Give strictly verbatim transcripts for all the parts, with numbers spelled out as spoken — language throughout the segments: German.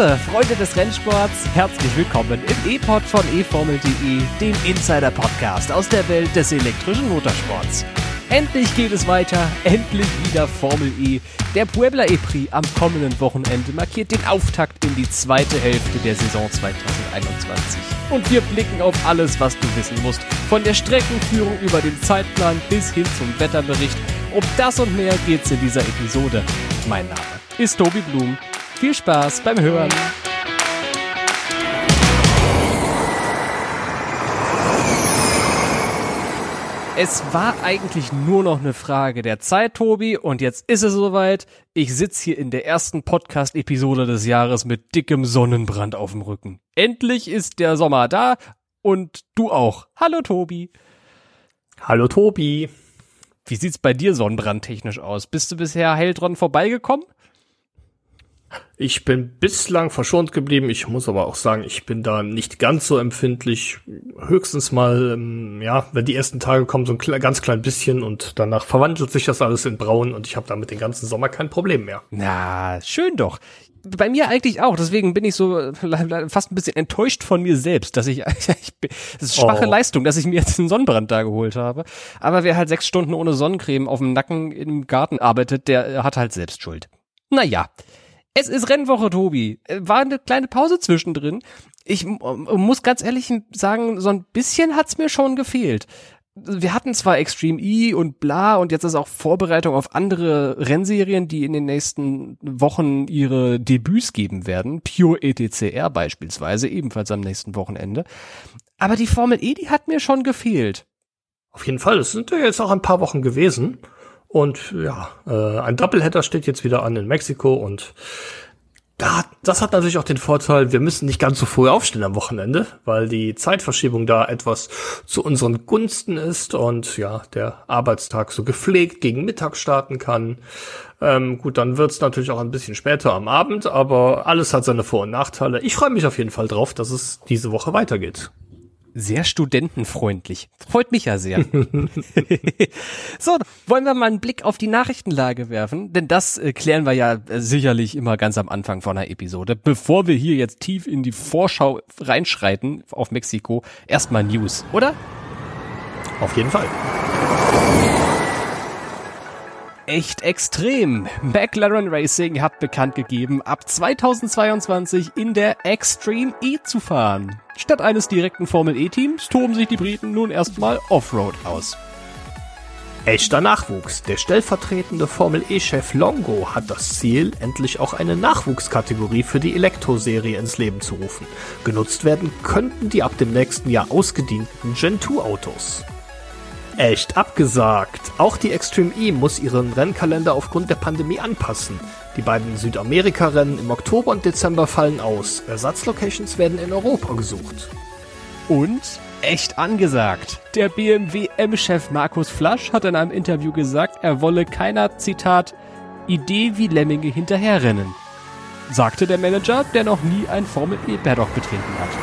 Grüße, Freunde des Rennsports, herzlich willkommen im E-Pod von e Formel punkt de, dem Insider-Podcast aus der Welt des elektrischen Motorsports. Endlich geht es weiter, endlich wieder Formel E. Der Puebla E-Prix am kommenden Wochenende markiert den Auftakt in die zweite Hälfte der Saison zwanzig einundzwanzig. Und wir blicken auf alles, was du wissen musst, von der Streckenführung über den Zeitplan bis hin zum Wetterbericht. Um das und mehr geht's in dieser Episode. Mein Name ist Tobi Blum. Viel Spaß beim Hören. Es war eigentlich nur noch eine Frage der Zeit, Tobi, und jetzt ist es soweit. Ich sitze hier in der ersten Podcast-Episode des Jahres mit dickem Sonnenbrand auf dem Rücken. Endlich ist der Sommer da und du auch. Hallo, Tobi. Hallo, Tobi. Wie sieht's bei dir sonnenbrandtechnisch aus? Bist du bisher heil dran vorbeigekommen? Ich bin bislang verschont geblieben. Ich muss aber auch sagen, ich bin da nicht ganz so empfindlich. Höchstens mal, ähm, ja, wenn die ersten Tage kommen, so ein kle- ganz klein bisschen und danach verwandelt sich das alles in braun und ich habe damit den ganzen Sommer kein Problem mehr. Na, schön doch. Bei mir eigentlich auch, deswegen bin ich so fast ein bisschen enttäuscht von mir selbst, dass ich, ich bin, das ist schwache oh. Leistung, dass ich mir jetzt einen Sonnenbrand da geholt habe. Aber wer halt sechs Stunden ohne Sonnencreme auf dem Nacken im Garten arbeitet, der hat halt selbst Schuld. Naja. Es ist Rennwoche, Tobi. War eine kleine Pause zwischendrin. Ich m- muss ganz ehrlich sagen, so ein bisschen hat's mir schon gefehlt. Wir hatten zwar Extreme E und bla und jetzt ist auch Vorbereitung auf andere Rennserien, die in den nächsten Wochen ihre Debüts geben werden. Pure E T C R beispielsweise, ebenfalls am nächsten Wochenende. Aber die Formel E, die hat mir schon gefehlt. Auf jeden Fall. Es sind ja jetzt auch ein paar Wochen gewesen. Und ja, äh, ein Doubleheader steht jetzt wieder an in Mexiko und da, das hat natürlich auch den Vorteil, wir müssen nicht ganz so früh aufstehen am Wochenende, weil die Zeitverschiebung da etwas zu unseren Gunsten ist und ja, der Arbeitstag so gepflegt gegen Mittag starten kann. Ähm, gut, dann wird's natürlich auch ein bisschen später am Abend, aber alles hat seine Vor- und Nachteile. Ich freue mich auf jeden Fall drauf, dass es diese Woche weitergeht. Sehr studentenfreundlich. Freut mich ja sehr. So, wollen wir mal einen Blick auf die Nachrichtenlage werfen? Denn das äh, klären wir ja äh, sicherlich immer ganz am Anfang von einer Episode. Bevor wir hier jetzt tief in die Vorschau reinschreiten auf Mexiko, erstmal News, oder? Auf jeden Fall. Echt extrem. McLaren Racing hat bekannt gegeben, ab zweitausendzweiundzwanzig in der Extreme E zu fahren. Statt eines direkten Formel-E-Teams toben sich die Briten nun erstmal Offroad aus. Echter Nachwuchs. Der stellvertretende Formel-E-Chef Longo hat das Ziel, endlich auch eine Nachwuchskategorie für die Elektro-Serie ins Leben zu rufen. Genutzt werden könnten die ab dem nächsten Jahr ausgedienten Gen zwei Autos. Echt abgesagt. Auch die Extreme E muss ihren Rennkalender aufgrund der Pandemie anpassen. Die beiden Südamerika-Rennen im Oktober und Dezember fallen aus. Ersatzlocations werden in Europa gesucht. Und echt angesagt. Der B M W M-Chef Markus Flasch hat in einem Interview gesagt, er wolle keiner, Zitat, Idee wie Lemminge hinterherrennen. Sagte der Manager, der noch nie ein Formel-E-Paddock betreten hat.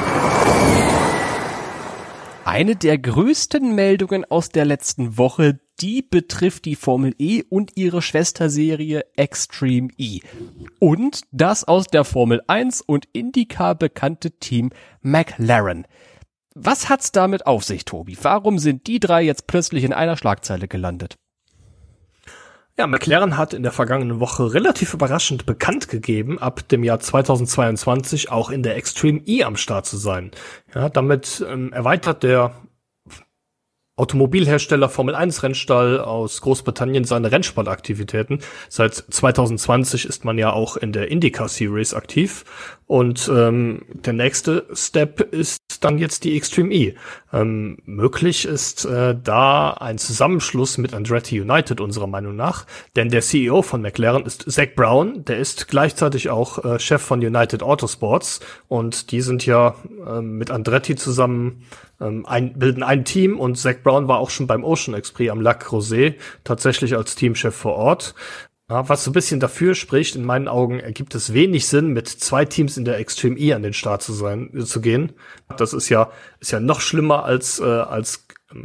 Eine der größten Meldungen aus der letzten Woche, die betrifft die Formel E und ihre Schwesterserie Extreme E. Und das aus der Formel eins und IndyCar bekannte Team McLaren. Was hat's damit auf sich, Tobi? Warum sind die drei jetzt plötzlich in einer Schlagzeile gelandet? Ja, McLaren hat in der vergangenen Woche relativ überraschend bekannt gegeben, ab dem Jahr zweitausendzweiundzwanzig auch in der Extreme E am Start zu sein. Ja, damit ähm, erweitert der Automobilhersteller Formel eins Rennstall aus Großbritannien seine Rennsportaktivitäten. Seit zweitausendzwanzig ist man ja auch in der IndyCar Series aktiv. Und ähm, der nächste Step ist dann jetzt die Extreme E. Ähm, möglich ist äh, da ein Zusammenschluss mit Andretti United unserer Meinung nach, denn der C E O von McLaren ist Zak Brown, der ist gleichzeitig auch äh, Chef von United Autosports und die sind ja äh, mit Andretti zusammen, ähm, ein, bilden ein Team und Zak Brown war auch schon beim Ocean Express am Lac Rosé tatsächlich als Teamchef vor Ort. Ja, was so ein bisschen dafür spricht, in meinen Augen ergibt es wenig Sinn, mit zwei Teams in der Extreme E an den Start zu sein, zu gehen. Das ist ja, ist ja noch schlimmer als, äh, als ähm,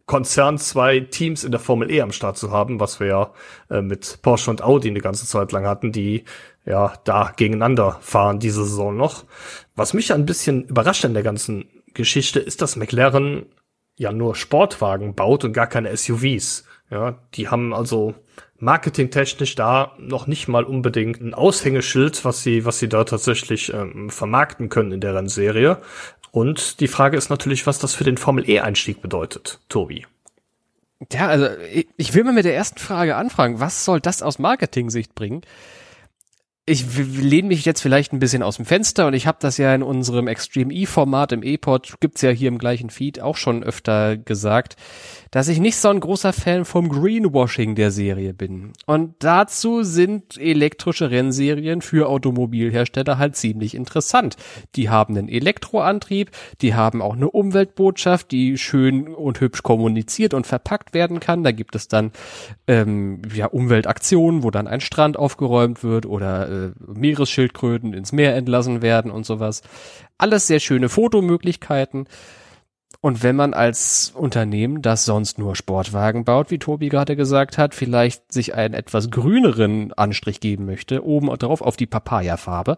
Konzern zwei Teams in der Formel E am Start zu haben, was wir ja äh, mit Porsche und Audi eine ganze Zeit lang hatten, die ja da gegeneinander fahren diese Saison noch. Was mich ein bisschen überrascht in der ganzen Geschichte ist, dass McLaren ja nur Sportwagen baut und gar keine S U Vs. Ja, die haben also marketingtechnisch da noch nicht mal unbedingt ein Aushängeschild, was sie was sie da tatsächlich ähm, vermarkten können in der Rennserie. Und die Frage ist natürlich, was das für den Formel-E-Einstieg bedeutet, Tobi. Ja, also ich will mal mit der ersten Frage anfangen. Was soll das aus Marketing-Sicht bringen? Ich lehne mich jetzt vielleicht ein bisschen aus dem Fenster und ich habe das ja in unserem Extreme E-Format im E-Pod, gibt's ja hier im gleichen Feed auch schon öfter gesagt, dass ich nicht so ein großer Fan vom Greenwashing der Serie bin. Und dazu sind elektrische Rennserien für Automobilhersteller halt ziemlich interessant. Die haben einen Elektroantrieb, die haben auch eine Umweltbotschaft, die schön und hübsch kommuniziert und verpackt werden kann. Da gibt es dann ähm, ja Umweltaktionen, wo dann ein Strand aufgeräumt wird oder äh, Meeresschildkröten ins Meer entlassen werden und sowas. Alles sehr schöne Fotomöglichkeiten. Und wenn man als Unternehmen, das sonst nur Sportwagen baut, wie Tobi gerade gesagt hat, vielleicht sich einen etwas grüneren Anstrich geben möchte, oben drauf auf die Papaya-Farbe,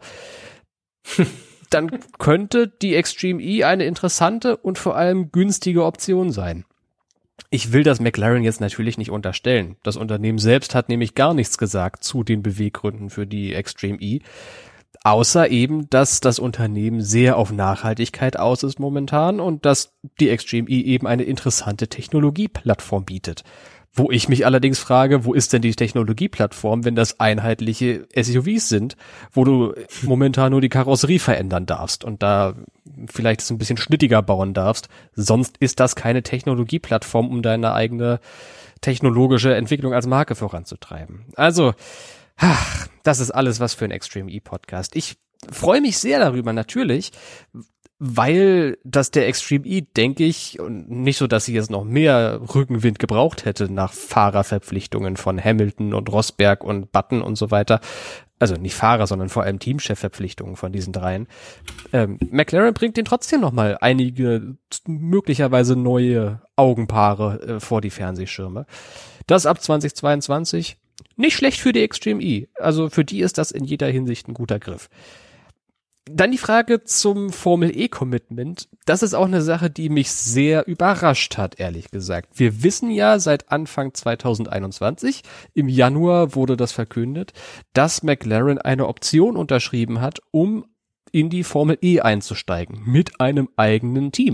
dann könnte die Extreme E eine interessante und vor allem günstige Option sein. Ich will das McLaren jetzt natürlich nicht unterstellen. Das Unternehmen selbst hat nämlich gar nichts gesagt zu den Beweggründen für die Extreme E. Außer eben, dass das Unternehmen sehr auf Nachhaltigkeit aus ist momentan und dass die Extreme E eben eine interessante Technologieplattform bietet. Wo ich mich allerdings frage, wo ist denn die Technologieplattform, wenn das einheitliche S U Vs sind, wo du momentan nur die Karosserie verändern darfst und da vielleicht es ein bisschen schnittiger bauen darfst. Sonst ist das keine Technologieplattform, um deine eigene technologische Entwicklung als Marke voranzutreiben. Also, ach, das ist alles was für ein Extreme E-Podcast. Ich freue mich sehr darüber, natürlich, weil das der Extreme E, denke ich, und nicht so, dass sie jetzt noch mehr Rückenwind gebraucht hätte nach Fahrerverpflichtungen von Hamilton und Rosberg und Button und so weiter. Also nicht Fahrer, sondern vor allem Teamchefverpflichtungen von diesen dreien. Ähm, McLaren bringt den trotzdem noch mal einige möglicherweise neue Augenpaare äh, vor die Fernsehschirme. Das ab zweitausendzweiundzwanzig. Nicht schlecht für die Extreme E. Also für die ist das in jeder Hinsicht ein guter Griff. Dann die Frage zum Formel-E-Commitment. Das ist auch eine Sache, die mich sehr überrascht hat, ehrlich gesagt. Wir wissen ja seit Anfang zweitausendeinundzwanzig, im Januar wurde das verkündet, dass McLaren eine Option unterschrieben hat, um in die Formel E einzusteigen, mit einem eigenen Team.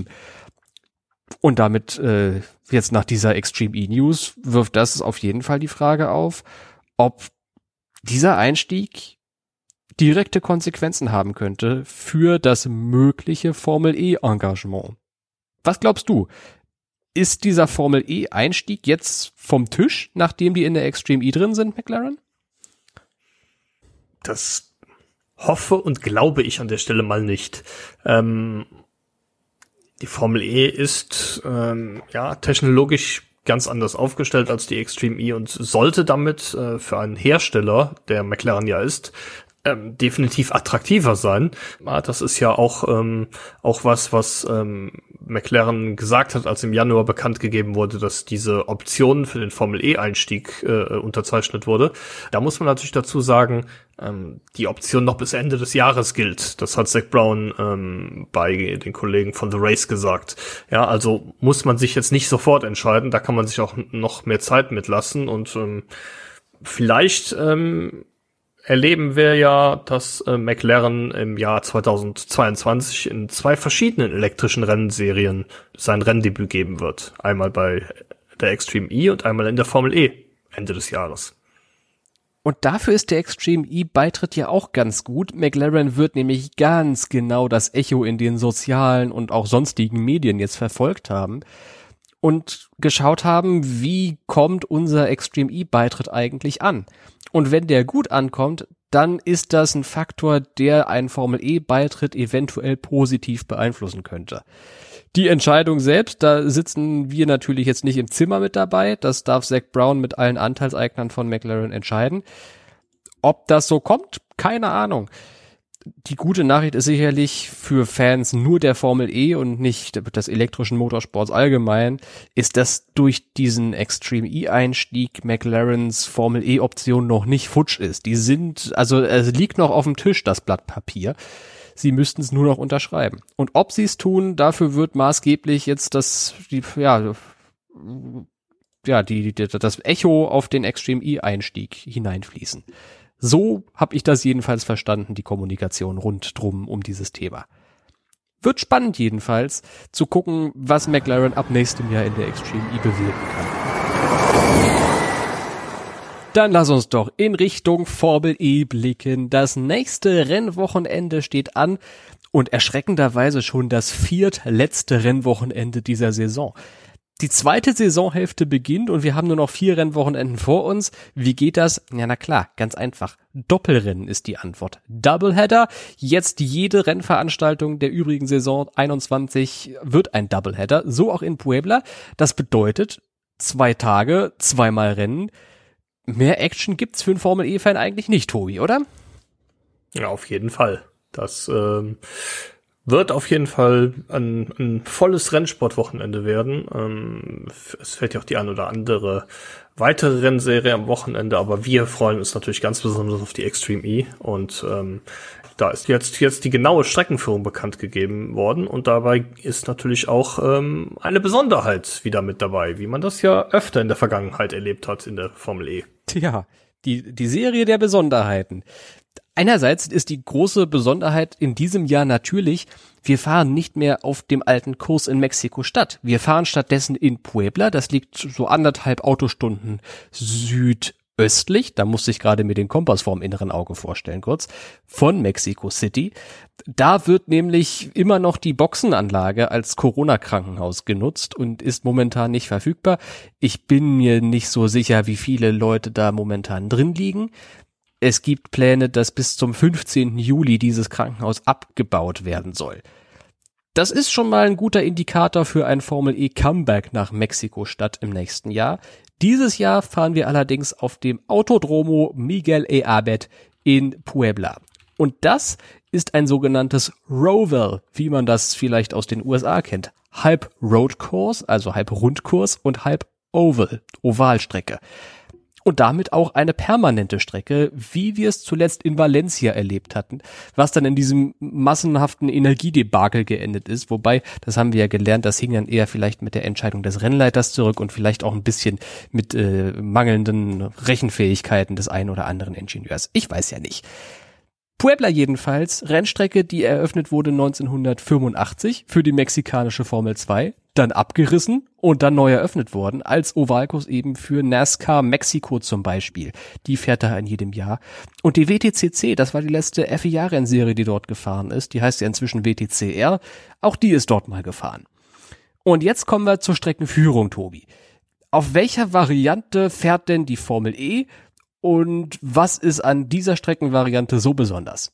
Und damit äh, jetzt nach dieser Extreme E-News wirft das auf jeden Fall die Frage auf, ob dieser Einstieg direkte Konsequenzen haben könnte für das mögliche Formel-E-Engagement. Was glaubst du? Ist dieser Formel-E-Einstieg jetzt vom Tisch, nachdem die in der Extreme E drin sind, McLaren? Das hoffe und glaube ich an der Stelle mal nicht. Ähm, die Formel E ist ähm, ja technologisch ganz anders aufgestellt als die Extreme E und sollte damit äh, für einen Hersteller, der McLaren ja ist, Ähm, definitiv attraktiver sein. Ja, das ist ja auch ähm, auch was, was ähm, McLaren gesagt hat, als im Januar bekannt gegeben wurde, dass diese Option für den Formel-E-Einstieg äh, unterzeichnet wurde. Da muss man natürlich dazu sagen, ähm, die Option noch bis Ende des Jahres gilt. Das hat Zak Brown ähm, bei den Kollegen von The Race gesagt. Ja, also muss man sich jetzt nicht sofort entscheiden. Da kann man sich auch noch mehr Zeit mitlassen und ähm, vielleicht ähm, erleben wir ja, dass äh, McLaren im Jahr zweitausendzweiundzwanzig in zwei verschiedenen elektrischen Rennserien sein Renndebüt geben wird. Einmal bei der Extreme E und einmal in der Formel E Ende des Jahres. Und dafür ist der Extreme E-Beitritt ja auch ganz gut. McLaren wird nämlich ganz genau das Echo in den sozialen und auch sonstigen Medien jetzt verfolgt haben und geschaut haben, wie kommt unser Extreme E-Beitritt eigentlich an? Und wenn der gut ankommt, dann ist das ein Faktor, der einen Formel-E-Beitritt eventuell positiv beeinflussen könnte. Die Entscheidung selbst, da sitzen wir natürlich jetzt nicht im Zimmer mit dabei. Das darf Zak Brown mit allen Anteilseignern von McLaren entscheiden. Ob das so kommt, keine Ahnung. Die gute Nachricht ist sicherlich für Fans nur der Formel E und nicht des elektrischen Motorsports allgemein, ist, dass durch diesen Extreme E-Einstieg McLarens Formel E-Option noch nicht futsch ist. Die sind, also es liegt noch auf dem Tisch, das Blatt Papier. Sie müssten es nur noch unterschreiben. Und ob sie es tun, dafür wird maßgeblich jetzt das, die, ja, ja, die, die, das Echo auf den Extreme E-Einstieg hineinfließen. So habe ich das jedenfalls verstanden, die Kommunikation rund drum um dieses Thema. Wird spannend jedenfalls, zu gucken, was McLaren ab nächstem Jahr in der Extreme E bewirken kann. Dann lass uns doch in Richtung Formel E blicken. Das nächste Rennwochenende steht an und erschreckenderweise schon das viertletzte Rennwochenende dieser Saison. Die zweite Saisonhälfte beginnt und wir haben nur noch vier Rennwochenenden vor uns. Wie geht das? Ja, na klar, ganz einfach. Doppelrennen ist die Antwort. Doubleheader. Jetzt jede Rennveranstaltung der übrigen Saison einundzwanzig wird ein Doubleheader. So auch in Puebla. Das bedeutet zwei Tage, zweimal Rennen. Mehr Action gibt's für einen Formel-E-Fan eigentlich nicht, Tobi, oder? Ja, auf jeden Fall. Das ähm wird auf jeden Fall ein, ein volles Rennsportwochenende werden. Ähm, es fällt ja auch die ein oder andere weitere Rennserie am Wochenende, aber wir freuen uns natürlich ganz besonders auf die Extreme E und ähm, da ist jetzt jetzt die genaue Streckenführung bekannt gegeben worden und dabei ist natürlich auch ähm, eine Besonderheit wieder mit dabei, wie man das ja öfter in der Vergangenheit erlebt hat in der Formel E. Tja, die die Serie der Besonderheiten. Einerseits ist die große Besonderheit in diesem Jahr natürlich, wir fahren nicht mehr auf dem alten Kurs in Mexiko-Stadt. Wir fahren stattdessen in Puebla, das liegt so anderthalb Autostunden südöstlich, da musste ich gerade mir den Kompass vorm inneren Auge vorstellen kurz, von Mexico City. Da wird nämlich immer noch die Boxenanlage als Corona-Krankenhaus genutzt und ist momentan nicht verfügbar. Ich bin mir nicht so sicher, wie viele Leute da momentan drin liegen. Es gibt Pläne, dass bis zum fünfzehnten Juli dieses Krankenhaus abgebaut werden soll. Das ist schon mal ein guter Indikator für ein Formel-E-Comeback nach Mexiko-Stadt im nächsten Jahr. Dieses Jahr fahren wir allerdings auf dem Autodromo Miguel E. Abad in Puebla. Und das ist ein sogenanntes Roval, wie man das vielleicht aus den U S A kennt. Halb Roadcourse, also halb Rundkurs und halb Oval, Ovalstrecke. Und damit auch eine permanente Strecke, wie wir es zuletzt in Valencia erlebt hatten, was dann in diesem massenhaften Energiedebakel geendet ist. Wobei, das haben wir ja gelernt, das hing dann eher vielleicht mit der Entscheidung des Rennleiters zurück und vielleicht auch ein bisschen mit äh, mangelnden Rechenfähigkeiten des einen oder anderen Ingenieurs. Ich weiß ja nicht. Puebla jedenfalls, Rennstrecke, die eröffnet wurde neunzehnhundertfünfundachtzig für die mexikanische Formel zwei, dann abgerissen und dann neu eröffnet worden, als Ovalkurs eben für NASCAR Mexiko zum Beispiel. Die fährt da in jedem Jahr. Und die W T C C, das war die letzte F I A-Rennserie, die dort gefahren ist, die heißt ja inzwischen W T C R, auch die ist dort mal gefahren. Und jetzt kommen wir zur Streckenführung, Tobi. Auf welcher Variante fährt denn die Formel E? Und was ist an dieser Streckenvariante so besonders?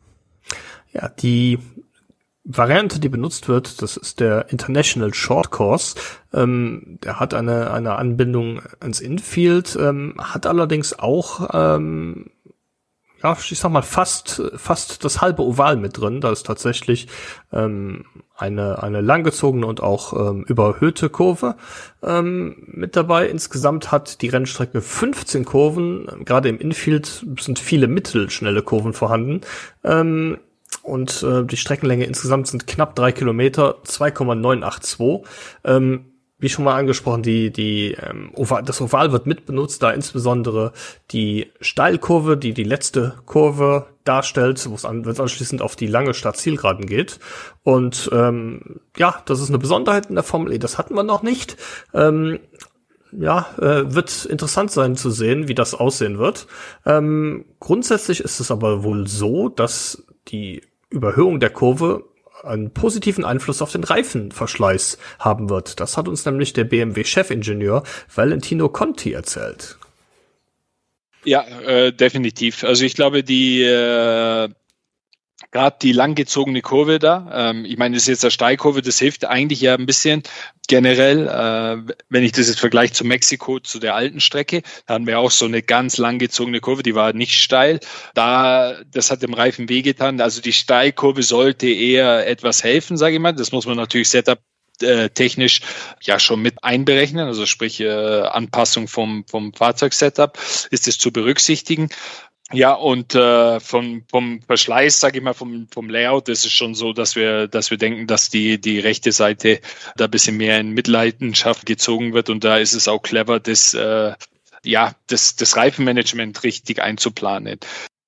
Ja, die Variante, die benutzt wird, das ist der International Short Course. Ähm, der hat eine eine Anbindung ans Infield, ähm, hat allerdings auch ähm, ja, ich sag mal fast fast das halbe Oval mit drin. Da ist tatsächlich ähm, eine eine langgezogene und auch ähm, überhöhte Kurve ähm, mit dabei. Insgesamt hat die Rennstrecke fünfzehn Kurven. Gerade im Infield sind viele mittelschnelle Kurven vorhanden. Ähm, und äh, die Streckenlänge insgesamt sind knapp drei Kilometer, zwei Komma neun acht zwei. Ähm, Wie schon mal angesprochen, die, die, ähm, Oval, das Oval wird mitbenutzt, da insbesondere die Steilkurve, die die letzte Kurve darstellt, wo es an, anschließend auf die lange Start-Zielgeraden geht. Und ähm, ja, das ist eine Besonderheit in der Formel E, das hatten wir noch nicht. Ähm, ja, äh, wird interessant sein zu sehen, wie das aussehen wird. Ähm, grundsätzlich ist es aber wohl so, dass die Überhöhung der Kurve einen positiven Einfluss auf den Reifenverschleiß haben wird. Das hat uns nämlich der B M W-Chefingenieur Valentino Conti erzählt. Ja, äh, definitiv. Also ich glaube, die äh, gerade die langgezogene Kurve da, ähm, ich meine, das ist jetzt eine Steilkurve, das hilft eigentlich ja ein bisschen generell, äh, wenn ich das jetzt vergleiche zu Mexiko, zu der alten Strecke, da hatten wir auch so eine ganz langgezogene Kurve, die war nicht steil. Da, das hat dem Reifen wehgetan. Also die Steilkurve sollte eher etwas helfen, sage ich mal. Das muss man natürlich Setup äh, technisch ja schon mit einberechnen, also sprich äh, Anpassung vom, vom Fahrzeugsetup ist es zu berücksichtigen. Ja, und äh, vom, vom Verschleiß, sage ich mal, vom, vom Layout, ist es schon so, dass wir, dass wir denken, dass die, die rechte Seite da ein bisschen mehr in Mitleidenschaft gezogen wird. Und da ist es auch clever, das, äh, ja, das, das Reifenmanagement richtig einzuplanen.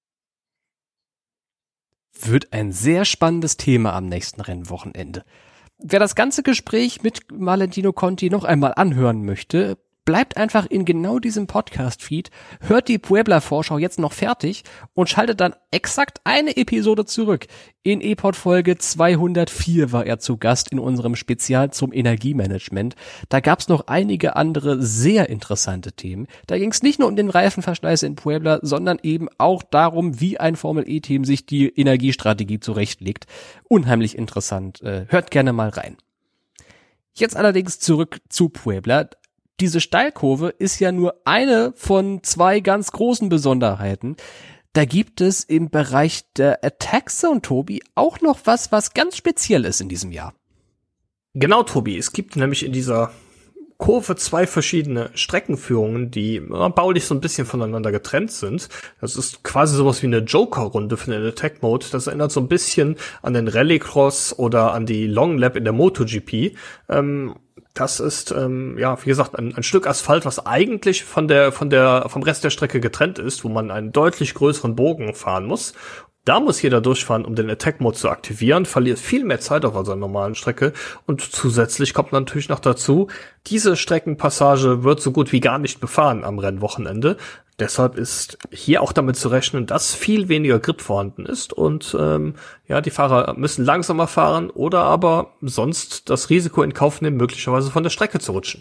Wird ein sehr spannendes Thema am nächsten Rennwochenende. Wer das ganze Gespräch mit Valentino Conti noch einmal anhören möchte, bleibt einfach in genau diesem Podcast-Feed, hört die Puebla-Vorschau jetzt noch fertig und schaltet dann exakt eine Episode zurück. In E-Pod-Folge zweihundertvier war er zu Gast in unserem Spezial zum Energiemanagement. Da gab's noch einige andere sehr interessante Themen. Da ging's nicht nur um den Reifenverschleiß in Puebla, sondern eben auch darum, wie ein Formel-E-Team sich die Energiestrategie zurechtlegt. Unheimlich interessant. Hört gerne mal rein. Jetzt allerdings zurück zu Puebla. Diese Steilkurve ist ja nur eine von zwei ganz großen Besonderheiten. Da gibt es im Bereich der Attack Zone, Tobi, auch noch was, was ganz speziell ist in diesem Jahr. Genau, Tobi. Es gibt nämlich in dieser Kurve zwei verschiedene Streckenführungen, die äh, baulich so ein bisschen voneinander getrennt sind. Das ist quasi sowas wie eine Joker-Runde für den Attack Mode. Das erinnert so ein bisschen an den Rallycross oder an die Long Lap in der MotoGP. Ähm, Das ist, ähm, ja, wie gesagt, ein, ein Stück Asphalt, was eigentlich von der, von der, vom Rest der Strecke getrennt ist, wo man einen deutlich größeren Bogen fahren muss. Da muss jeder durchfahren, um den Attack-Mode zu aktivieren, verliert viel mehr Zeit auf seiner normalen Strecke. Und zusätzlich kommt natürlich noch dazu, diese Streckenpassage wird so gut wie gar nicht befahren am Rennwochenende. Deshalb ist hier auch damit zu rechnen, dass viel weniger Grip vorhanden ist und ähm, ja, die Fahrer müssen langsamer fahren oder aber sonst das Risiko in Kauf nehmen, möglicherweise von der Strecke zu rutschen.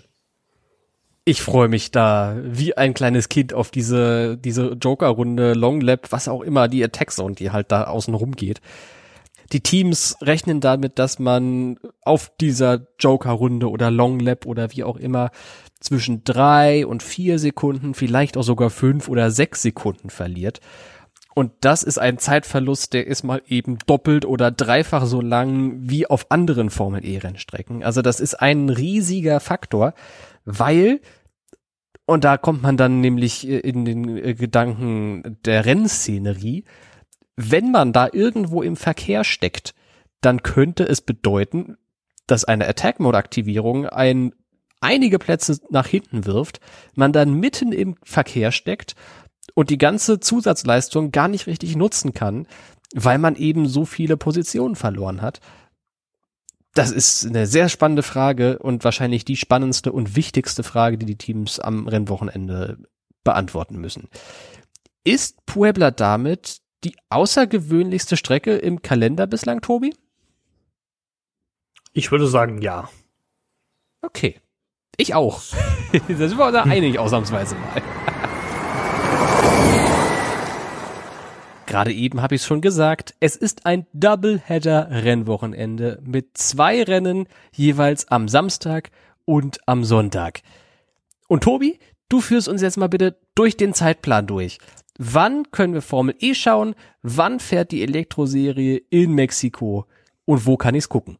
Ich freue mich da wie ein kleines Kind auf diese diese Joker-Runde, Long Lap, was auch immer, die Attack Zone, die halt da außen rum geht. Die Teams rechnen damit, dass man auf dieser Joker-Runde oder Long Lap oder wie auch immer zwischen drei und vier Sekunden, vielleicht auch sogar fünf oder sechs Sekunden verliert. Und das ist ein Zeitverlust, der ist mal eben doppelt oder dreifach so lang wie auf anderen Formel-E-Rennstrecken. Also das ist ein riesiger Faktor, weil, und da kommt man dann nämlich in den Gedanken der Rennszenerie, wenn man da irgendwo im Verkehr steckt, dann könnte es bedeuten, dass eine Attack-Mode-Aktivierung ein einige Plätze nach hinten wirft, man dann mitten im Verkehr steckt und die ganze Zusatzleistung gar nicht richtig nutzen kann, weil man eben so viele Positionen verloren hat. Das ist eine sehr spannende Frage und wahrscheinlich die spannendste und wichtigste Frage, die die Teams am Rennwochenende beantworten müssen. Ist Puebla damit die außergewöhnlichste Strecke im Kalender bislang, Tobi? Ich würde sagen, ja. Okay. Ich auch. Da sind wir uns einig, ausnahmsweise mal. Gerade eben habe ich es schon gesagt, es ist ein Doubleheader-Rennwochenende mit zwei Rennen jeweils am Samstag und am Sonntag. Und Tobi, du führst uns jetzt mal bitte durch den Zeitplan durch. Wann können wir Formel E schauen? Wann fährt die Elektroserie in Mexiko? Und wo kann ich's gucken?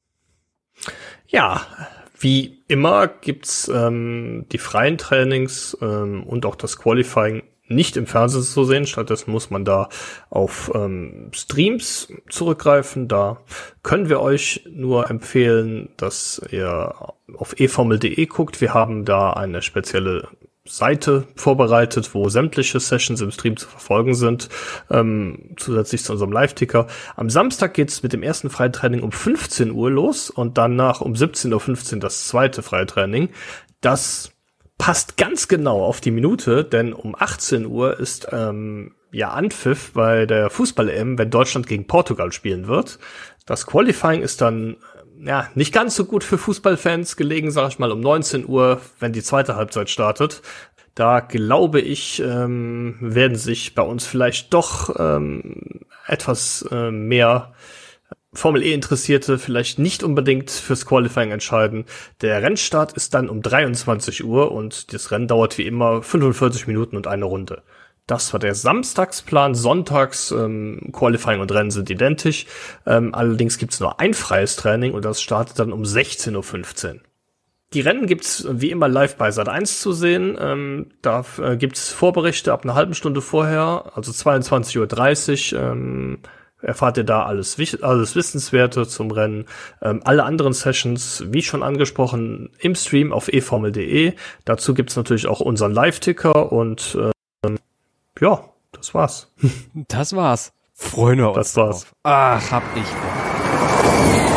Ja, wie immer gibt's ähm, die freien Trainings ähm, und auch das Qualifying nicht im Fernsehen zu sehen. Stattdessen muss man da auf ähm, Streams zurückgreifen. Da können wir euch nur empfehlen, dass ihr auf e formel punkt de guckt. Wir haben da eine spezielle Seite vorbereitet, wo sämtliche Sessions im Stream zu verfolgen sind, ähm, zusätzlich zu unserem Live-Ticker. Am Samstag geht's mit dem ersten Freitraining um fünfzehn Uhr los und danach um siebzehn Uhr fünfzehn das zweite Freitraining. Das passt ganz genau auf die Minute, denn um achtzehn Uhr ist ähm, ja Anpfiff bei der Fußball-E M, wenn Deutschland gegen Portugal spielen wird. Das Qualifying ist dann ja nicht ganz so gut für Fußballfans gelegen, sag ich mal, um neunzehn Uhr, wenn die zweite Halbzeit startet. Da glaube ich, ähm, werden sich bei uns vielleicht doch ähm, etwas äh, mehr Formel E Interessierte vielleicht nicht unbedingt fürs Qualifying entscheiden. Der Rennstart ist dann um dreiundzwanzig Uhr und das Rennen dauert wie immer fünfundvierzig Minuten und eine Runde. Das war der Samstagsplan. Sonntags ähm, Qualifying und Rennen sind identisch. Ähm, allerdings gibt's nur ein freies Training und das startet dann um sechzehn Uhr fünfzehn. Die Rennen gibt's wie immer live bei Sat eins zu sehen. Ähm, da äh, gibt's Vorberichte ab einer halben Stunde vorher, also zweiundzwanzig Uhr dreißig. Ähm, erfahrt ihr da alles, alles Wissenswerte zum Rennen. Ähm, alle anderen Sessions, wie schon angesprochen, im Stream auf e formel punkt de. Dazu gibt's natürlich auch unseren Live-Ticker und ähm, ja, das war's. Das war's. Freuen wir uns Das war's. drauf. Ach, hab ich Bock.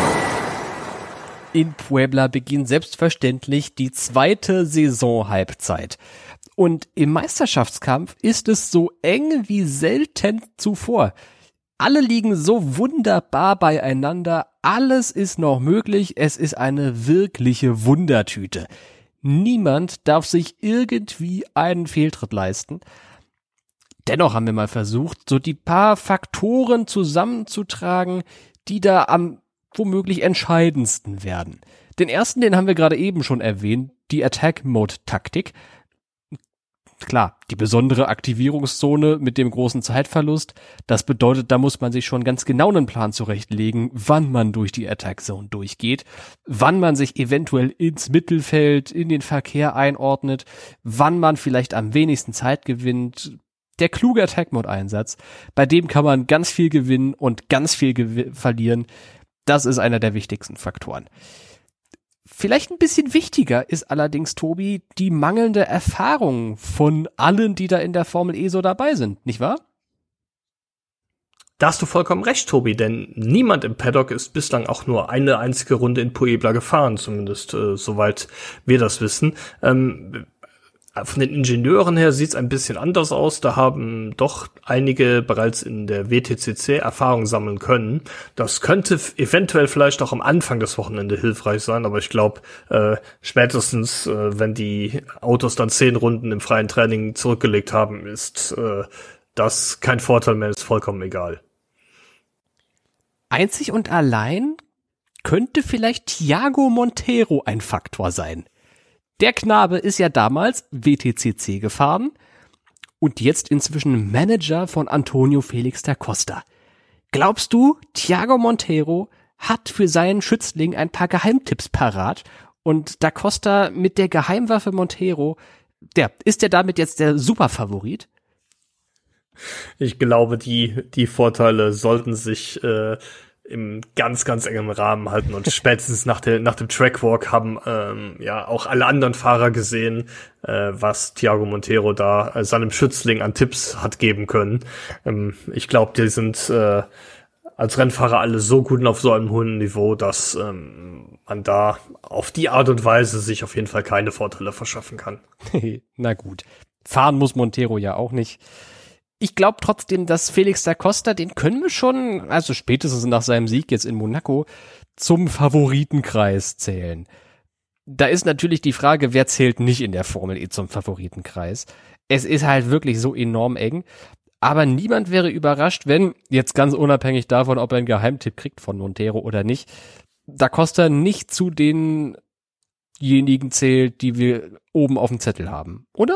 In Puebla beginnt selbstverständlich die zweite Saison-Halbzeit. Und im Meisterschaftskampf ist es so eng wie selten zuvor. Alle liegen so wunderbar beieinander, alles ist noch möglich, es ist eine wirkliche Wundertüte. Niemand darf sich irgendwie einen Fehltritt leisten. Dennoch haben wir mal versucht, so die paar Faktoren zusammenzutragen, die da am womöglich entscheidendsten werden. Den ersten, den haben wir gerade eben schon erwähnt, die Attack-Mode-Taktik. Klar, die besondere Aktivierungszone mit dem großen Zeitverlust, das bedeutet, da muss man sich schon ganz genau einen Plan zurechtlegen, wann man durch die Attack Zone durchgeht, wann man sich eventuell ins Mittelfeld, in den Verkehr einordnet, wann man vielleicht am wenigsten Zeit gewinnt. Der kluge Attack-Mode-Einsatz, bei dem kann man ganz viel gewinnen und ganz viel gew- verlieren. Das ist einer der wichtigsten Faktoren. Vielleicht ein bisschen wichtiger ist allerdings, Tobi, die mangelnde Erfahrung von allen, die da in der Formel E so dabei sind, nicht wahr? Da hast du vollkommen recht, Tobi, denn niemand im Paddock ist bislang auch nur eine einzige Runde in Puebla gefahren, zumindest äh, soweit wir das wissen. Ähm, Von den Ingenieuren her sieht's ein bisschen anders aus. Da haben doch einige bereits in der W T C C Erfahrung sammeln können. Das könnte f- eventuell vielleicht auch am Anfang des Wochenende hilfreich sein, aber ich glaube, äh, spätestens, äh, wenn die Autos dann zehn Runden im freien Training zurückgelegt haben, ist äh, das kein Vorteil mehr, ist vollkommen egal. Einzig und allein könnte vielleicht Thiago Montero ein Faktor sein. Der Knabe ist ja damals W T C C gefahren und jetzt inzwischen Manager von Antonio Felix da Costa. Glaubst du, Thiago Montero hat für seinen Schützling ein paar Geheimtipps parat und da Costa mit der Geheimwaffe Montero, der, ist der damit jetzt der Superfavorit? Ich glaube, die die Vorteile sollten sich äh, im ganz, ganz engen Rahmen halten und spätestens nach der nach dem Trackwalk haben ähm, ja auch alle anderen Fahrer gesehen, äh, was Thiago Montero da äh, seinem Schützling an Tipps hat geben können. Ähm, ich glaube, die sind äh, als Rennfahrer alle so gut und auf so einem hohen Niveau, dass ähm, man da auf die Art und Weise sich auf jeden Fall keine Vorteile verschaffen kann. Na gut, fahren muss Montero ja auch nicht. Ich glaube trotzdem, dass Felix da Costa, den können wir schon, also spätestens nach seinem Sieg jetzt in Monaco, zum Favoritenkreis zählen. Da ist natürlich die Frage, wer zählt nicht in der Formel E zum Favoritenkreis. Es ist halt wirklich so enorm eng, aber niemand wäre überrascht, wenn, jetzt ganz unabhängig davon, ob er einen Geheimtipp kriegt von Montero oder nicht, da Costa nicht zu denjenigen zählt, die wir oben auf dem Zettel haben, oder?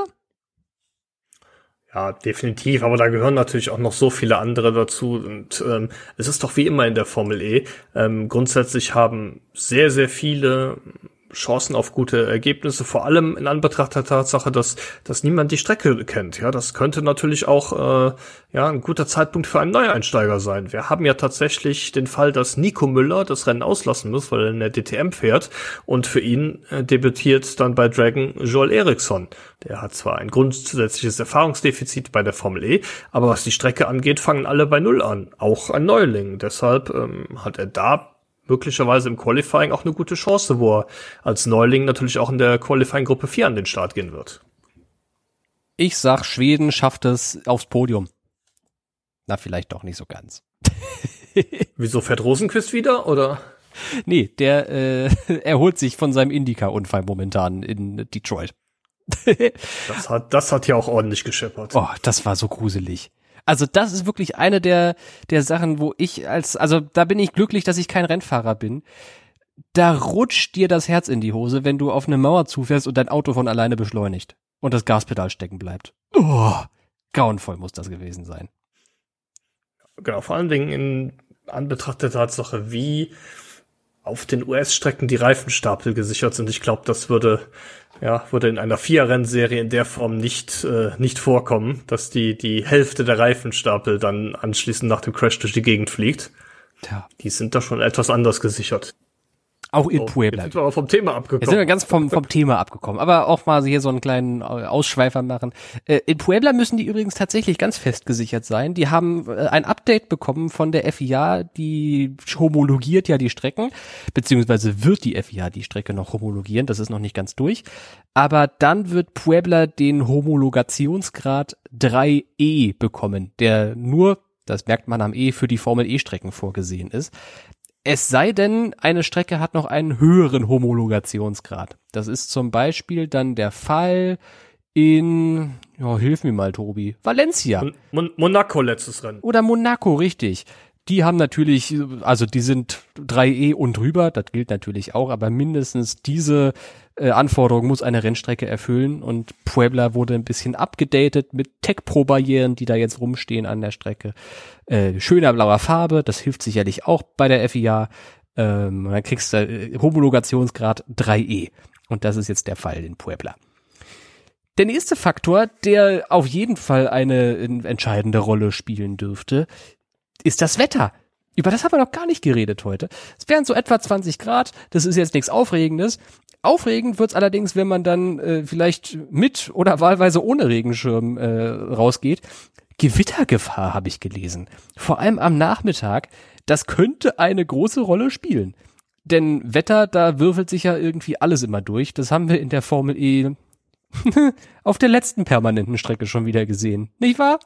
Ja, definitiv, aber da gehören natürlich auch noch so viele andere dazu und ähm, es ist doch wie immer in der Formel E. Ähm, grundsätzlich haben sehr, sehr viele Chancen auf gute Ergebnisse, vor allem in Anbetracht der Tatsache, dass dass niemand die Strecke kennt. Ja, das könnte natürlich auch äh, ja ein guter Zeitpunkt für einen Neueinsteiger sein. Wir haben ja tatsächlich den Fall, dass Nico Müller das Rennen auslassen muss, weil er in der D T M fährt und für ihn äh, debütiert dann bei Dragon Joel Eriksson. Der hat zwar ein grundsätzliches Erfahrungsdefizit bei der Formel E, aber was die Strecke angeht, fangen alle bei Null an, auch ein Neuling. Deshalb ähm, hat er da möglicherweise im Qualifying auch eine gute Chance, wo er als Neuling natürlich auch in der Qualifying-Gruppe vier an den Start gehen wird. Ich sag, Schweden schafft es aufs Podium. Na, vielleicht doch nicht so ganz. Wieso fährt Rosenqvist wieder, oder? Nee, der äh, erholt sich von seinem Indica-Unfall momentan in Detroit. das hat, das hat ja auch ordentlich gescheppert. Oh, das war so gruselig. Also das ist wirklich eine der, der Sachen, wo ich als, also da bin ich glücklich, dass ich kein Rennfahrer bin. Da rutscht dir das Herz in die Hose, wenn du auf eine Mauer zufährst und dein Auto von alleine beschleunigt und das Gaspedal stecken bleibt. Oh, grauenvoll muss das gewesen sein. Genau, vor allen Dingen in Anbetracht der Tatsache, wie auf den U S-Strecken die Reifenstapel gesichert sind. Ich glaube, das würde ja würde in einer Vier-Rennserie in der Form nicht äh, nicht vorkommen, dass die die Hälfte der Reifenstapel dann anschließend nach dem Crash durch die Gegend fliegt. Tja. Die sind da schon etwas anders gesichert. Auch in oh, Puebla. Jetzt sind wir aber vom Thema abgekommen. Jetzt sind wir ganz vom, vom Thema abgekommen. Aber auch mal hier so einen kleinen Ausschweifer machen. Äh, in Puebla müssen die übrigens tatsächlich ganz fest gesichert sein. Die haben äh, ein Update bekommen von der F I A, die homologiert ja die Strecken, beziehungsweise wird die F I A die Strecke noch homologieren. Das ist noch nicht ganz durch. Aber dann wird Puebla den Homologationsgrad drei E bekommen, der nur, das merkt man am E, für die Formel-E-Strecken vorgesehen ist. Es sei denn, eine Strecke hat noch einen höheren Homologationsgrad. Das ist zum Beispiel dann der Fall in, ja, hilf mir mal, Tobi, Valencia. Mon- Mon- Monaco letztes Rennen. Oder Monaco, richtig. Die haben natürlich, also die sind drei E und drüber, das gilt natürlich auch, aber mindestens diese äh, Anforderung muss eine Rennstrecke erfüllen und Puebla wurde ein bisschen abgedatet mit Tech-Pro-Barrieren, die da jetzt rumstehen an der Strecke. Äh, schöner blauer Farbe, das hilft sicherlich auch bei der F I A. Ähm, dann kriegst du äh, Homologationsgrad drei E und das ist jetzt der Fall in Puebla. Der nächste Faktor, der auf jeden Fall eine entscheidende Rolle spielen dürfte, ist das Wetter. Über das haben wir noch gar nicht geredet heute. Es wären so etwa zwanzig Grad, das ist jetzt nichts Aufregendes. Aufregend wird's allerdings, wenn man dann äh, vielleicht mit oder wahlweise ohne Regenschirm äh, rausgeht. Gewittergefahr habe ich gelesen. Vor allem am Nachmittag. Das könnte eine große Rolle spielen. Denn Wetter, da würfelt sich ja irgendwie alles immer durch. Das haben wir in der Formel E auf der letzten permanenten Strecke schon wieder gesehen. Nicht wahr?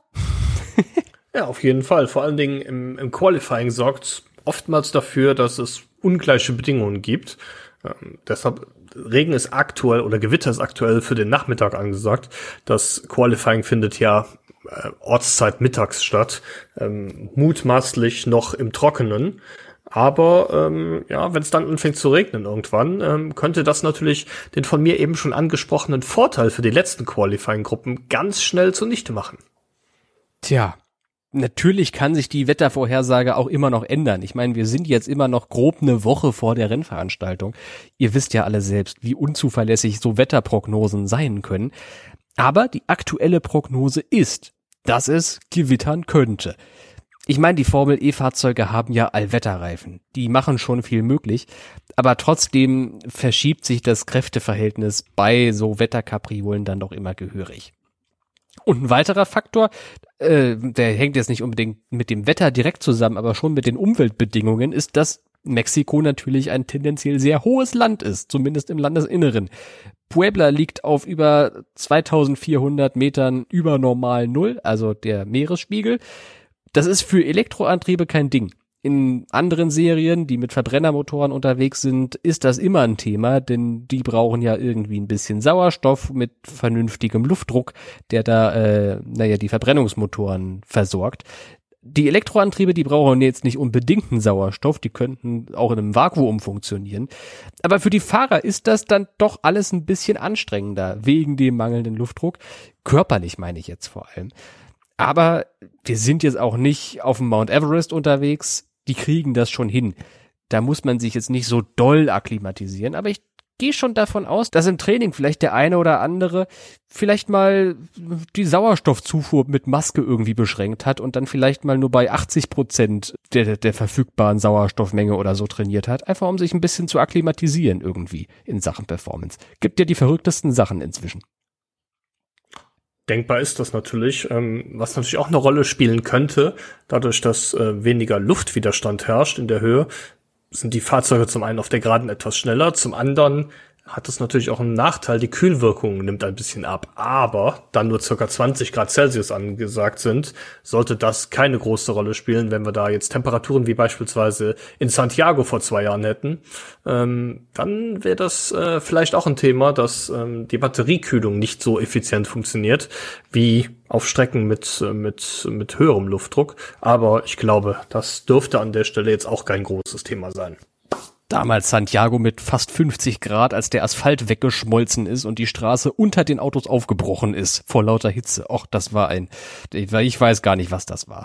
Ja, auf jeden Fall. Vor allen Dingen im, im Qualifying sorgt es oftmals dafür, dass es ungleiche Bedingungen gibt. Ähm, deshalb, Regen ist aktuell oder Gewitter ist aktuell für den Nachmittag angesagt. Das Qualifying findet ja äh, Ortszeit mittags statt, ähm, mutmaßlich noch im Trockenen. Aber ähm, ja, wenn es dann anfängt zu regnen irgendwann, ähm, könnte das natürlich den von mir eben schon angesprochenen Vorteil für die letzten Qualifying-Gruppen ganz schnell zunichte machen. Tja. Natürlich kann sich die Wettervorhersage auch immer noch ändern. Ich meine, wir sind jetzt immer noch grob eine Woche vor der Rennveranstaltung. Ihr wisst ja alle selbst, wie unzuverlässig so Wetterprognosen sein können. Aber die aktuelle Prognose ist, dass es gewittern könnte. Ich meine, die Formel-E-Fahrzeuge haben ja Allwetterreifen. Die machen schon viel möglich. Aber trotzdem verschiebt sich das Kräfteverhältnis bei so Wetterkapriolen dann doch immer gehörig. Und ein weiterer Faktor, äh, der hängt jetzt nicht unbedingt mit dem Wetter direkt zusammen, aber schon mit den Umweltbedingungen, ist, dass Mexiko natürlich ein tendenziell sehr hohes Land ist, zumindest im Landesinneren. Puebla liegt auf über zweitausendvierhundert Metern über normal Null, also der Meeresspiegel. Das ist für Elektroantriebe kein Ding. In anderen Serien, die mit Verbrennermotoren unterwegs sind, ist das immer ein Thema, denn die brauchen ja irgendwie ein bisschen Sauerstoff mit vernünftigem Luftdruck, der da, äh, naja, die Verbrennungsmotoren versorgt. Die Elektroantriebe, die brauchen jetzt nicht unbedingt einen Sauerstoff, die könnten auch in einem Vakuum funktionieren. Aber für die Fahrer ist das dann doch alles ein bisschen anstrengender, wegen dem mangelnden Luftdruck. Körperlich meine ich jetzt vor allem. Aber wir sind jetzt auch nicht auf dem Mount Everest unterwegs. Die kriegen das schon hin. Da muss man sich jetzt nicht so doll akklimatisieren, aber ich gehe schon davon aus, dass im Training vielleicht der eine oder andere vielleicht mal die Sauerstoffzufuhr mit Maske irgendwie beschränkt hat und dann vielleicht mal nur bei achtzig Prozent der, der verfügbaren Sauerstoffmenge oder so trainiert hat, einfach um sich ein bisschen zu akklimatisieren irgendwie in Sachen Performance. Gibt ja die verrücktesten Sachen inzwischen. Denkbar ist das natürlich, ähm, was natürlich auch eine Rolle spielen könnte, dadurch, dass äh, weniger Luftwiderstand herrscht in der Höhe, sind die Fahrzeuge zum einen auf der Geraden etwas schneller, zum anderen hat es natürlich auch einen Nachteil, die Kühlwirkung nimmt ein bisschen ab. Aber da nur circa zwanzig Grad Celsius angesagt sind, sollte das keine große Rolle spielen, wenn wir da jetzt Temperaturen wie beispielsweise in Santiago vor zwei Jahren hätten. Ähm, dann wäre das äh, vielleicht auch ein Thema, dass ähm, die Batteriekühlung nicht so effizient funktioniert wie auf Strecken mit, mit, mit höherem Luftdruck. Aber ich glaube, das dürfte an der Stelle jetzt auch kein großes Thema sein. Damals Santiago mit fast fünfzig Grad, als der Asphalt weggeschmolzen ist und die Straße unter den Autos aufgebrochen ist, vor lauter Hitze. Och, das war ein, ich weiß gar nicht, was das war.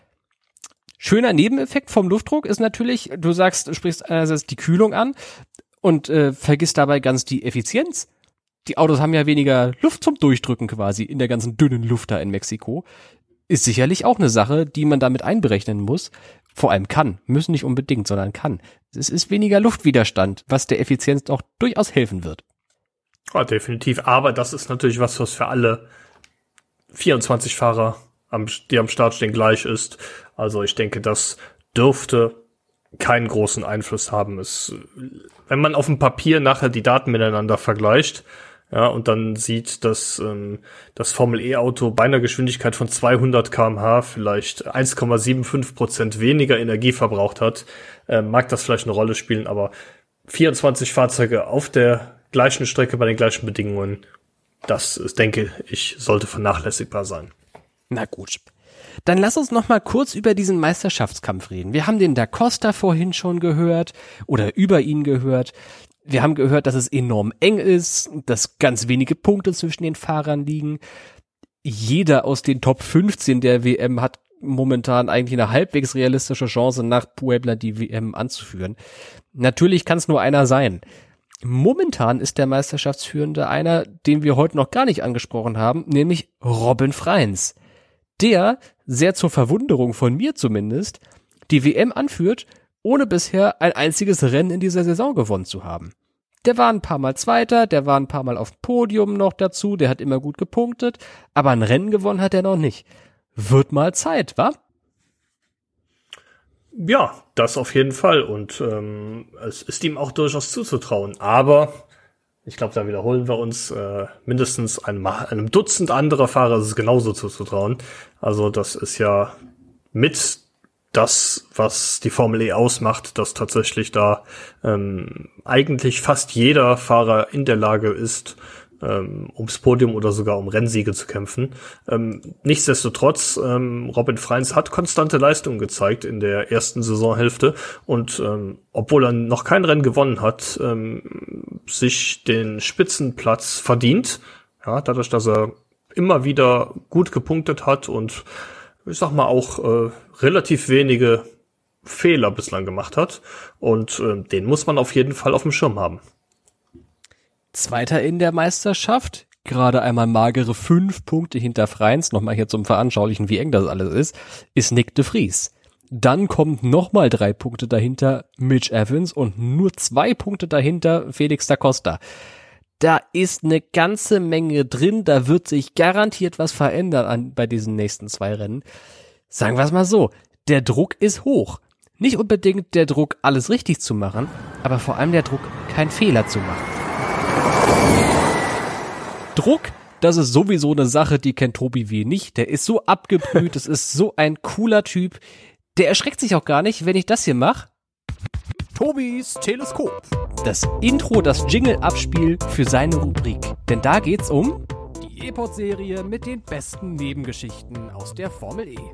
Schöner Nebeneffekt vom Luftdruck ist natürlich, du sagst, du sprichst einerseits die Kühlung an und äh, vergisst dabei ganz die Effizienz. Die Autos haben ja weniger Luft zum Durchdrücken quasi in der ganzen dünnen Luft da in Mexiko. Ist sicherlich auch eine Sache, die man damit einberechnen muss. Vor allem kann, müssen nicht unbedingt, sondern kann. Es ist weniger Luftwiderstand, was der Effizienz auch durchaus helfen wird. Ja, definitiv. Aber das ist natürlich was, was für alle vierundzwanzig Fahrer, am, die am Start stehen, gleich ist. Also ich denke, das dürfte keinen großen Einfluss haben. Es, wenn man auf dem Papier nachher die Daten miteinander vergleicht, ja, und dann sieht, dass ähm, das Formel-E-Auto bei einer Geschwindigkeit von zweihundert Kilometer pro Stunde vielleicht eins Komma fünfundsiebzig Prozent weniger Energie verbraucht hat, äh, mag das vielleicht eine Rolle spielen, aber vierundzwanzig Fahrzeuge auf der gleichen Strecke bei den gleichen Bedingungen, das ist, denke ich, sollte vernachlässigbar sein. Na gut. Dann lass uns noch mal kurz über diesen Meisterschaftskampf reden. Wir haben den Da Costa vorhin schon gehört oder über ihn gehört. Wir haben gehört, dass es enorm eng ist, dass ganz wenige Punkte zwischen den Fahrern liegen. Jeder aus den Top fünfzehn der W M hat momentan eigentlich eine halbwegs realistische Chance, nach Puebla die W M anzuführen. Natürlich kann es nur einer sein. Momentan ist der Meisterschaftsführende einer, den wir heute noch gar nicht angesprochen haben, nämlich Robin Freins. Der, sehr zur Verwunderung von mir zumindest, die W M anführt, ohne bisher ein einziges Rennen in dieser Saison gewonnen zu haben. Der war ein paar Mal Zweiter, der war ein paar Mal auf dem Podium noch dazu, der hat immer gut gepunktet, aber ein Rennen gewonnen hat er noch nicht. Wird mal Zeit, wa? Ja, das auf jeden Fall und ähm, es ist ihm auch durchaus zuzutrauen, aber ich glaube, da wiederholen wir uns, äh, mindestens einem, einem Dutzend anderer Fahrer ist es genauso zuzutrauen. Also das ist ja mit das, was die Formel E ausmacht, dass tatsächlich da ähm, eigentlich fast jeder Fahrer in der Lage ist, ähm, ums Podium oder sogar um Rennsiege zu kämpfen. Ähm, nichtsdestotrotz, ähm, Robin Freins hat konstante Leistungen gezeigt in der ersten Saisonhälfte und ähm, obwohl er noch kein Rennen gewonnen hat, ähm, sich den Spitzenplatz verdient, ja, dadurch, dass er immer wieder gut gepunktet hat und ich sag mal auch äh, relativ wenige Fehler bislang gemacht hat und äh, den muss man auf jeden Fall auf dem Schirm haben. Zweiter in der Meisterschaft, gerade einmal magere fünf Punkte hinter Freins, nochmal hier zum Veranschaulichen, wie eng das alles ist, ist Nick de Vries. Dann kommt nochmal drei Punkte dahinter Mitch Evans und nur zwei Punkte dahinter Felix da Costa. Da ist eine ganze Menge drin, da wird sich garantiert was verändern an, bei diesen nächsten zwei Rennen. Sagen wir es mal so, der Druck ist hoch. Nicht unbedingt der Druck, alles richtig zu machen, aber vor allem der Druck, keinen Fehler zu machen. Druck, das ist sowieso eine Sache, die kennt Tobi wie nicht. Der ist so abgebrüht, das ist so ein cooler Typ. Der erschreckt sich auch gar nicht, wenn ich das hier mache. Tobis Teleskop. Das Intro, das Jingle-Abspiel für seine Rubrik. Denn da geht's um die E-Pod-Serie mit den besten Nebengeschichten aus der Formel E.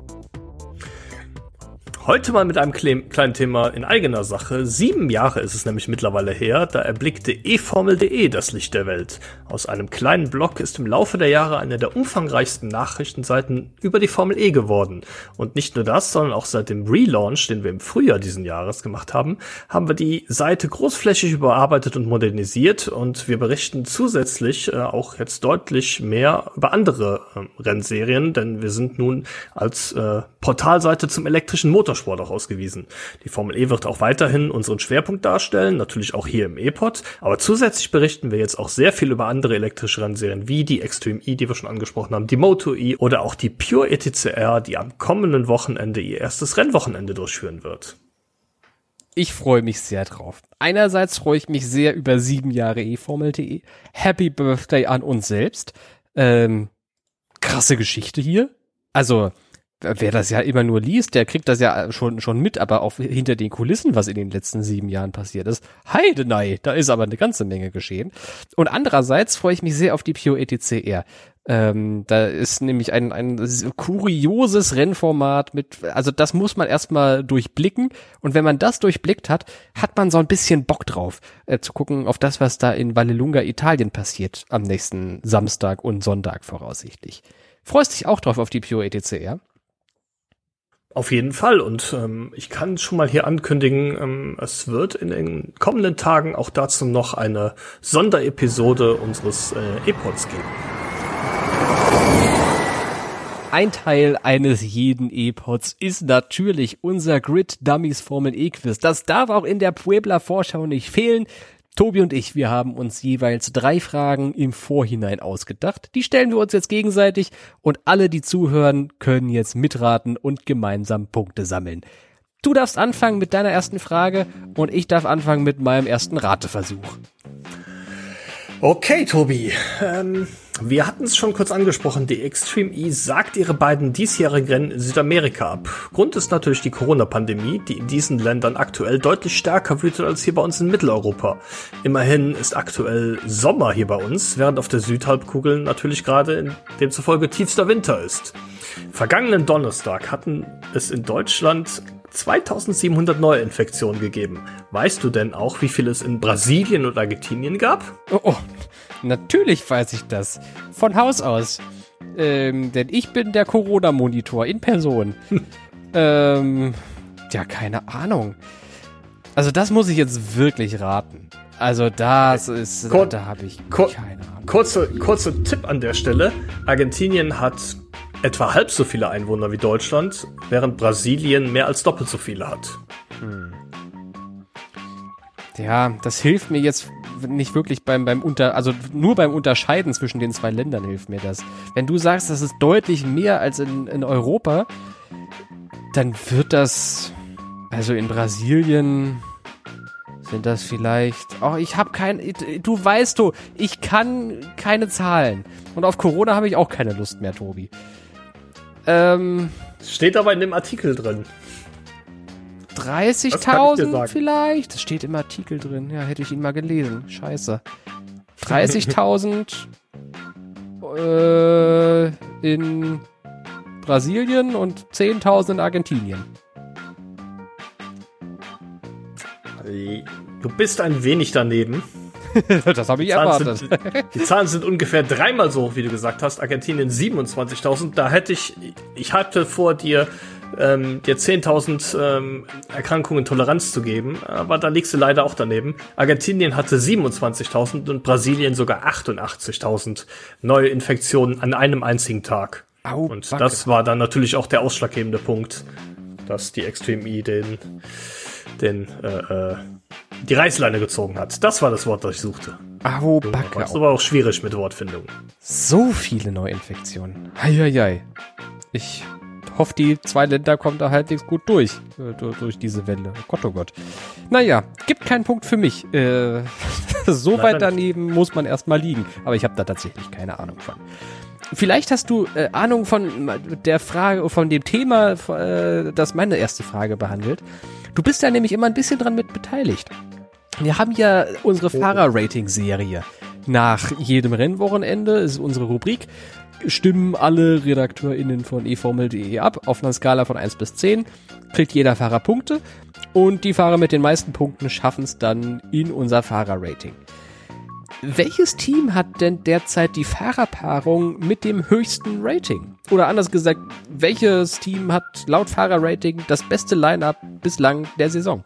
Heute mal mit einem kleinen Thema in eigener Sache. Sieben Jahre ist es nämlich mittlerweile her, da erblickte e Formel punkt de das Licht der Welt. Aus einem kleinen Blog ist im Laufe der Jahre eine der umfangreichsten Nachrichtenseiten über die Formel E geworden. Und nicht nur das, sondern auch seit dem Relaunch, den wir im Frühjahr diesen Jahres gemacht haben, haben wir die Seite großflächig überarbeitet und modernisiert und wir berichten zusätzlich äh, auch jetzt deutlich mehr über andere äh, Rennserien, denn wir sind nun als äh, Portalseite zum elektrischen Motorsport auch ausgewiesen. Die Formel E wird auch weiterhin unseren Schwerpunkt darstellen, natürlich auch hier im E-Pod, aber zusätzlich berichten wir jetzt auch sehr viel über andere elektrische Rennserien, wie die Extreme E, die wir schon angesprochen haben, die Moto E oder auch die Pure E T C R, die am kommenden Wochenende ihr erstes Rennwochenende durchführen wird. Ich freue mich sehr drauf. Einerseits freue ich mich sehr über sieben Jahre E-Formel punkt de. Happy Birthday an uns selbst. Ähm, krasse Geschichte hier. Also, wer das ja immer nur liest, der kriegt das ja schon schon mit, aber auch hinter den Kulissen, was in den letzten sieben Jahren passiert ist. Heidenei, da ist aber eine ganze Menge geschehen. Und andererseits freue ich mich sehr auf die Pure E T C R. Ähm, da ist nämlich ein, ein kurioses Rennformat mit, also das muss man erstmal durchblicken, und wenn man das durchblickt hat, hat man so ein bisschen Bock drauf, äh, zu gucken auf das, was da in Vallelunga, Italien passiert, am nächsten Samstag und Sonntag voraussichtlich. Freust dich auch drauf auf die Pure E T C R? Auf jeden Fall, und ähm, ich kann schon mal hier ankündigen, ähm, es wird in den kommenden Tagen auch dazu noch eine Sonderepisode unseres äh, E-Pods geben. Ein Teil eines jeden E-Pods ist natürlich unser Grid Dummies Formel E-Quiz. Das darf auch in der Puebla Vorschau nicht fehlen. Tobi und ich, wir haben uns jeweils drei Fragen im Vorhinein ausgedacht. Die stellen wir uns jetzt gegenseitig, und alle, die zuhören, können jetzt mitraten und gemeinsam Punkte sammeln. Du darfst anfangen mit deiner ersten Frage, und ich darf anfangen mit meinem ersten Rateversuch. Okay, Tobi. Ähm, wir hatten es schon kurz angesprochen. Die Extreme E sagt ihre beiden diesjährigen Rennen in Südamerika ab. Grund ist natürlich die Corona-Pandemie, die in diesen Ländern aktuell deutlich stärker wütet als hier bei uns in Mitteleuropa. Immerhin ist aktuell Sommer hier bei uns, während auf der Südhalbkugel natürlich gerade demzufolge tiefster Winter ist. Vergangenen Donnerstag hatten es in Deutschland zweitausendsiebenhundert Neuinfektionen gegeben. Weißt du denn auch, wie viel es in Brasilien und Argentinien gab? Oh, oh, natürlich weiß ich das. Von Haus aus. Ähm, denn ich bin der Corona-Monitor in Person. ähm, ja, keine Ahnung. Also das muss ich jetzt wirklich raten. Also das ist, Kur- da habe ich Kur- keine Ahnung. Kurze, kurze Tipp an der Stelle. Argentinien hat etwa halb so viele Einwohner wie Deutschland, während Brasilien mehr als doppelt so viele hat. Hm. Ja, das hilft mir jetzt nicht wirklich beim, beim Unter, also nur beim Unterscheiden zwischen den zwei Ländern hilft mir das. Wenn du sagst, das ist deutlich mehr als in, in Europa, dann wird das, also in Brasilien sind das vielleicht, oh, ich habe kein, du weißt du, ich kann keine Zahlen. Und auf Corona habe ich auch keine Lust mehr, Tobi. Ähm, Steht aber in dem Artikel drin. dreißigtausend vielleicht? Das steht im Artikel drin. Ja, hätte ich ihn mal gelesen. Scheiße. dreißigtausend äh, in Brasilien und zehntausend in Argentinien. Du bist ein wenig daneben. Das habe ich erwartet. Sind, die Zahlen sind ungefähr dreimal so hoch, wie du gesagt hast. Argentinien siebenundzwanzigtausend. Da hätte ich, ich hatte vor dir, ähm, dir zehntausend ähm, Erkrankungen Toleranz zu geben, aber da liegst du leider auch daneben. Argentinien hatte siebenundzwanzigtausend und Brasilien sogar achtundachtzigtausend neue Infektionen an einem einzigen Tag. Au, und Backe. Das war dann natürlich auch der ausschlaggebende Punkt, dass die Extreme E den, den äh, äh, die Reißleine gezogen hat. Das war das Wort, das ich suchte. Au, Backe. Das war aber auch schwierig mit Wortfindung. So viele Neuinfektionen. Heieiei. Ich hoffe, die zwei Länder kommen da halbwegs gut durch, äh, durch diese Welle. Oh Gott, oh Gott. Naja, gibt keinen Punkt für mich. Äh, so Nein, weit daneben muss man erstmal liegen. Aber ich habe da tatsächlich keine Ahnung von. Vielleicht hast du äh, Ahnung von der Frage, von dem Thema, äh, das meine erste Frage behandelt. Du bist da nämlich immer ein bisschen dran mit beteiligt. Wir haben ja unsere Fahrer-Rating-Serie. Nach jedem Rennwochenende ist unsere Rubrik, stimmen alle RedakteurInnen von e formel punkt de ab auf einer Skala von eins bis zehn, kriegt jeder Fahrer Punkte und die Fahrer mit den meisten Punkten schaffen es dann in unser Fahrer-Rating. Welches Team hat denn derzeit die Fahrerpaarung mit dem höchsten Rating? Oder anders gesagt, welches Team hat laut Fahrerrating das beste Line-Up bislang der Saison?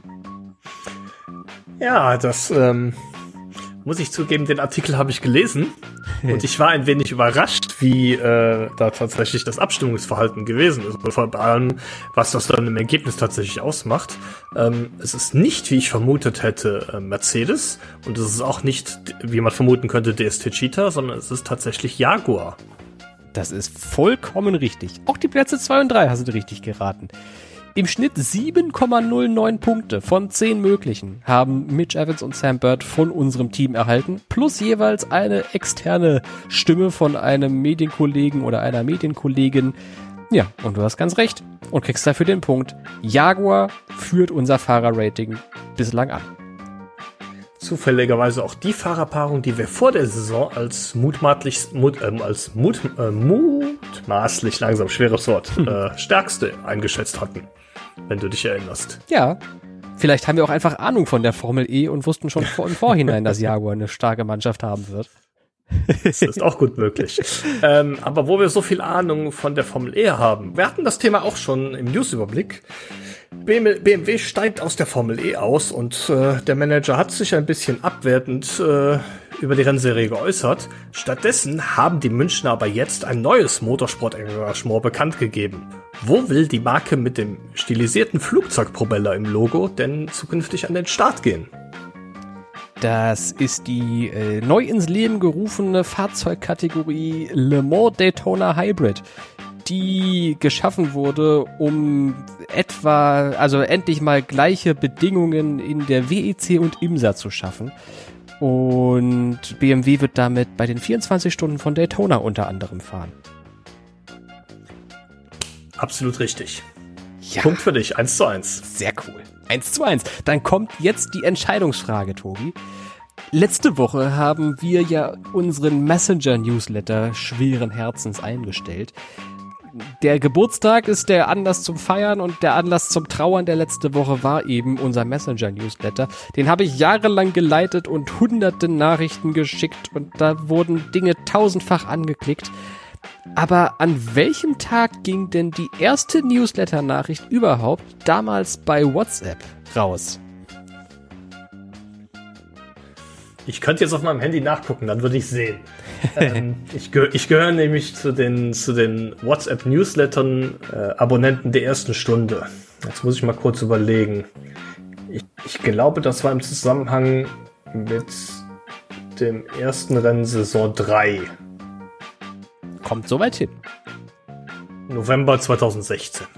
Ja, das ähm, muss ich zugeben, den Artikel habe ich gelesen und ich war ein wenig überrascht, wie äh, da tatsächlich das Abstimmungsverhalten gewesen ist. Und vor allem, was das dann im Ergebnis tatsächlich ausmacht. Ähm, es ist nicht, wie ich vermutet hätte, äh, Mercedes und es ist auch nicht, wie man vermuten könnte, D S Techeetah, sondern es ist tatsächlich Jaguar. Das ist vollkommen richtig. Auch die Plätze zwei und drei hast du richtig geraten. Im Schnitt sieben Komma null neun Punkte von zehn möglichen haben Mitch Evans und Sam Bird von unserem Team erhalten, plus jeweils eine externe Stimme von einem Medienkollegen oder einer Medienkollegin. Ja, und du hast ganz recht und kriegst dafür den Punkt. Jaguar führt unser Fahrerrating bislang an. Zufälligerweise auch die Fahrerpaarung, die wir vor der Saison als mutmaßlich, mut, ähm, als mut, äh, mutmaßlich, langsam schweres Wort, hm. äh, stärkste eingeschätzt hatten, wenn du dich erinnerst. Ja, vielleicht haben wir auch einfach Ahnung von der Formel E und wussten schon vor, im Vorhinein, dass Jaguar eine starke Mannschaft haben wird. Das ist auch gut möglich. ähm, aber wo wir so viel Ahnung von der Formel E haben, wir hatten das Thema auch schon im Newsüberblick. B M W steigt aus der Formel E aus und äh, der Manager hat sich ein bisschen abwertend äh, über die Rennserie geäußert. Stattdessen haben die Münchner aber jetzt ein neues Motorsport-Engagement bekannt gegeben. Wo will die Marke mit dem stilisierten Flugzeugpropeller im Logo denn zukünftig an den Start gehen? Das ist die äh, neu ins Leben gerufene Fahrzeugkategorie Le Mans Daytona Hybrid, die geschaffen wurde, um etwa, also endlich mal gleiche Bedingungen in der W E C und IMSA zu schaffen. Und B M W wird damit bei den vierundzwanzig Stunden von Daytona unter anderem fahren. Absolut richtig. Ja. Punkt für dich, eins zu eins. Sehr cool. eins zu eins. Dann kommt jetzt die Entscheidungsfrage, Tobi. Letzte Woche haben wir ja unseren Messenger-Newsletter schweren Herzens eingestellt. Der Geburtstag ist der Anlass zum Feiern und der Anlass zum Trauern der letzte Woche war eben unser Messenger-Newsletter. Den habe ich jahrelang geleitet und hunderte Nachrichten geschickt und da wurden Dinge tausendfach angeklickt. Aber an welchem Tag ging denn die erste Newsletter-Nachricht überhaupt damals bei WhatsApp raus? Ich könnte jetzt auf meinem Handy nachgucken, dann würde ich sehen. ähm, ich, geh- ich gehöre nämlich zu den, zu den WhatsApp-Newslettern äh, Abonnenten der ersten Stunde. Jetzt muss ich mal kurz überlegen. Ich, ich glaube, das war im Zusammenhang mit dem ersten Rennen Saison drei. Kommt soweit hin. November zweitausendsechzehn.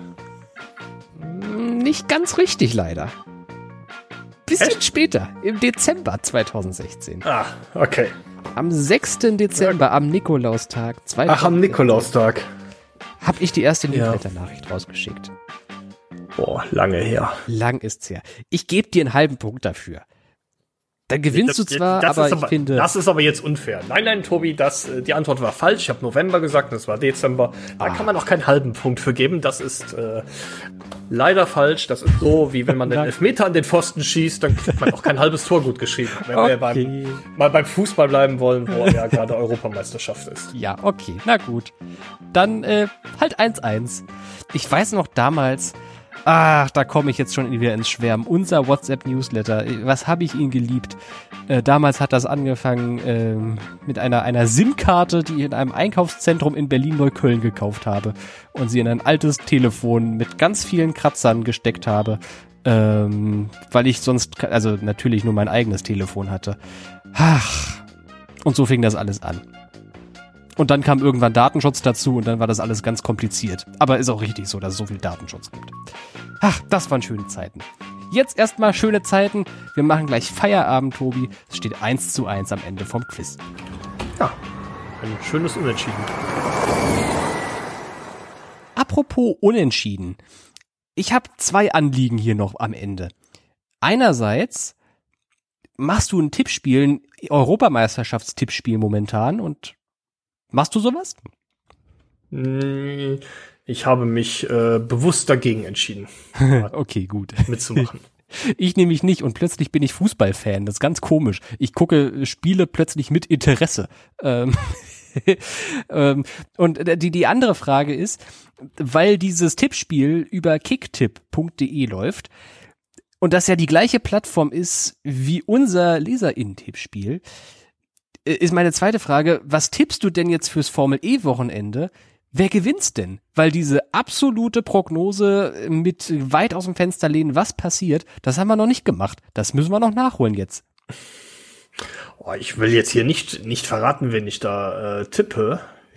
Nicht ganz richtig, leider. Bisschen Echt? Später, im Dezember zweitausendsechzehn. Ah, okay. Am sechsten Dezember, am Nikolaustag zweitausendsechzehn. Ach, am Nikolaustag. Hab ich die erste Ja. Newsletter-Nachricht rausgeschickt. Boah, lange her. Lang ist's her. Ich gebe dir einen halben Punkt dafür. Dann gewinnst Das- du zwar, das aber ist ich finde... Das ist aber jetzt unfair. Nein, nein, Tobi, das, äh, die Antwort war falsch. Ich habe November gesagt, das war Dezember. Da Ah. kann man auch keinen halben Punkt für geben. Das ist äh, leider falsch. Das ist so, wie wenn man den Danke. Elfmeter an den Pfosten schießt, dann kriegt man auch kein halbes Tor gut geschrieben. Wenn wir Okay. beim, mal beim Fußball bleiben wollen, wo ja gerade Europameisterschaft ist. Ja, okay, na gut. Dann äh, halt eins eins. Ich weiß noch damals, ach, da komme ich jetzt schon wieder ins Schwärmen. Unser WhatsApp-Newsletter, was habe ich ihn geliebt? Äh, damals hat das angefangen ähm, mit einer, einer SIM-Karte, die ich in einem Einkaufszentrum in Berlin-Neukölln gekauft habe und sie in ein altes Telefon mit ganz vielen Kratzern gesteckt habe, ähm, weil ich sonst, also natürlich nur mein eigenes Telefon hatte. Ach, und so fing das alles an. Und dann kam irgendwann Datenschutz dazu und dann war das alles ganz kompliziert. Aber ist auch richtig so, dass es so viel Datenschutz gibt. Ach, das waren schöne Zeiten. Jetzt erstmal schöne Zeiten. Wir machen gleich Feierabend, Tobi. Es steht eins zu eins am Ende vom Quiz. Ja, ein schönes Unentschieden. Apropos Unentschieden. Ich habe zwei Anliegen hier noch am Ende. Einerseits machst du ein Tippspiel, ein Europameisterschaftstippspiel momentan und machst du sowas? Ich habe mich äh, bewusst dagegen entschieden, Okay, gut. mitzumachen. Ich nämlich nicht und plötzlich bin ich Fußballfan. Das ist ganz komisch. Ich gucke Spiele plötzlich mit Interesse. Ähm, ähm, und die, die andere Frage ist, weil dieses Tippspiel über kicktipp punkt de läuft und das ja die gleiche Plattform ist wie unser Leser-In-Tippspiel, ist meine zweite Frage, was tippst du denn jetzt fürs Formel-E-Wochenende? Wer gewinnt's denn? Weil diese absolute Prognose mit weit aus dem Fenster lehnen, was passiert, das haben wir noch nicht gemacht. Das müssen wir noch nachholen jetzt. Oh, ich will jetzt hier nicht, nicht verraten, wen ich da äh, tippe.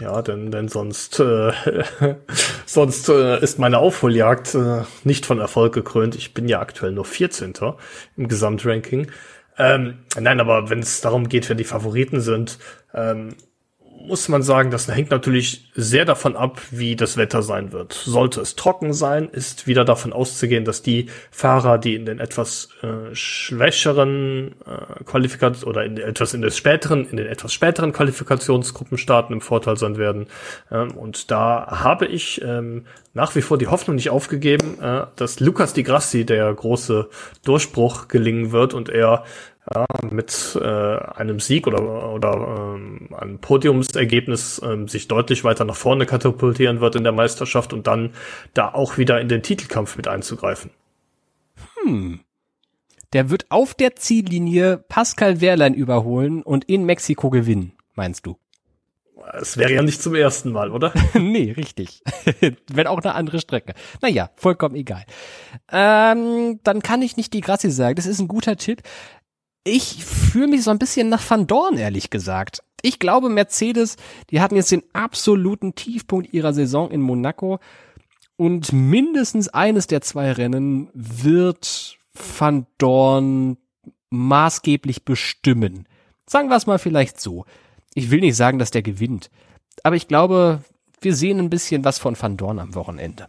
Ja, denn, denn sonst, äh, sonst äh, ist meine Aufholjagd äh, nicht von Erfolg gekrönt. Ich bin ja aktuell nur vierzehnter im Gesamtranking. Ähm, nein, aber wenn es darum geht, wer die Favoriten sind, ähm, muss man sagen, das hängt natürlich sehr davon ab, wie das Wetter sein wird. Sollte es trocken sein, ist wieder davon auszugehen, dass die Fahrer, die in den etwas äh, schwächeren äh, Qualifikation oder in etwas in des späteren, in den etwas späteren Qualifikationsgruppen starten, im Vorteil sein werden. Ähm, und da habe ich ähm, nach wie vor die Hoffnung nicht aufgegeben, äh, dass Lucas Di Grassi der große Durchbruch gelingen wird und er ja, mit äh, einem Sieg oder oder ähm, einem Podiumsergebnis ähm, sich deutlich weiter nach vorne katapultieren wird in der Meisterschaft und dann da auch wieder in den Titelkampf mit einzugreifen. Hm. Der wird auf der Ziellinie Pascal Wehrlein überholen und in Mexiko gewinnen, meinst du? Es wäre ja nicht zum ersten Mal, oder? Nee, richtig. Wenn auch eine andere Strecke. Naja, vollkommen egal. Ähm, dann kann ich nicht Di Grassi sagen. Das ist ein guter Tipp. Ich fühle mich so ein bisschen nach Van Dorn, ehrlich gesagt. Ich glaube, Mercedes, die hatten jetzt den absoluten Tiefpunkt ihrer Saison in Monaco und mindestens eines der zwei Rennen wird Van Dorn maßgeblich bestimmen. Sagen wir es mal vielleicht so. Ich will nicht sagen, dass der gewinnt, aber ich glaube, wir sehen ein bisschen was von Van Dorn am Wochenende.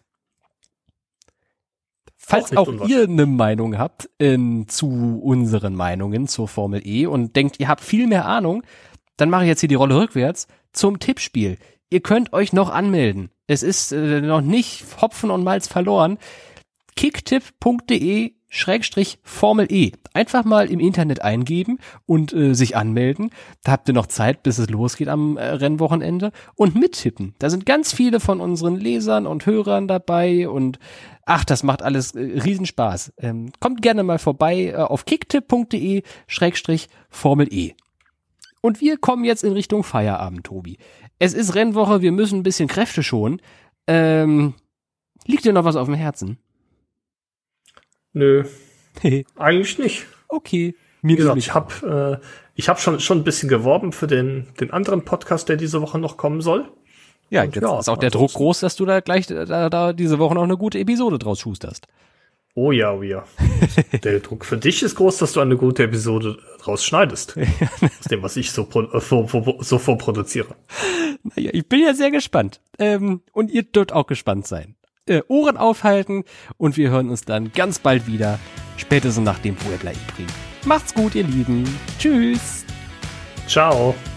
Falls auch, auch ihr eine Meinung habt ähm, zu unseren Meinungen zur Formel E und denkt, ihr habt viel mehr Ahnung, dann mache ich jetzt hier die Rolle rückwärts zum Tippspiel. Ihr könnt euch noch anmelden. Es ist äh, noch nicht Hopfen und Malz verloren. kicktipp.de Schrägstrich Formel E. Einfach mal im Internet eingeben und äh, sich anmelden. Da habt ihr noch Zeit, bis es losgeht am äh, Rennwochenende und mittippen. Da sind ganz viele von unseren Lesern und Hörern dabei und ach, das macht alles äh, Riesenspaß. Ähm, kommt gerne mal vorbei äh, auf kicktipp.de Schrägstrich Formel E. Und wir kommen jetzt in Richtung Feierabend, Tobi. Es ist Rennwoche, wir müssen ein bisschen Kräfte schonen. Ähm, liegt dir noch was auf dem Herzen? Nö, eigentlich nicht. Okay. Wie gesagt, ich habe äh, ich hab schon schon ein bisschen geworben für den den anderen Podcast, der diese Woche noch kommen soll. Ja, und jetzt ja, ist auch der Druck groß, dass du da gleich da, da diese Woche noch eine gute Episode draus schusterst. Oh ja, oh ja. Der Druck für dich ist groß, dass du eine gute Episode draus schneidest. Aus dem, was ich so, äh, vor, vor, so vorproduziere. Naja, ich bin ja sehr gespannt. Ähm, und ihr dürft auch gespannt sein. Äh, Ohren aufhalten und wir hören uns dann ganz bald wieder, spätestens nach dem Puebla-Ypres. Macht's gut, ihr Lieben. Tschüss. Ciao.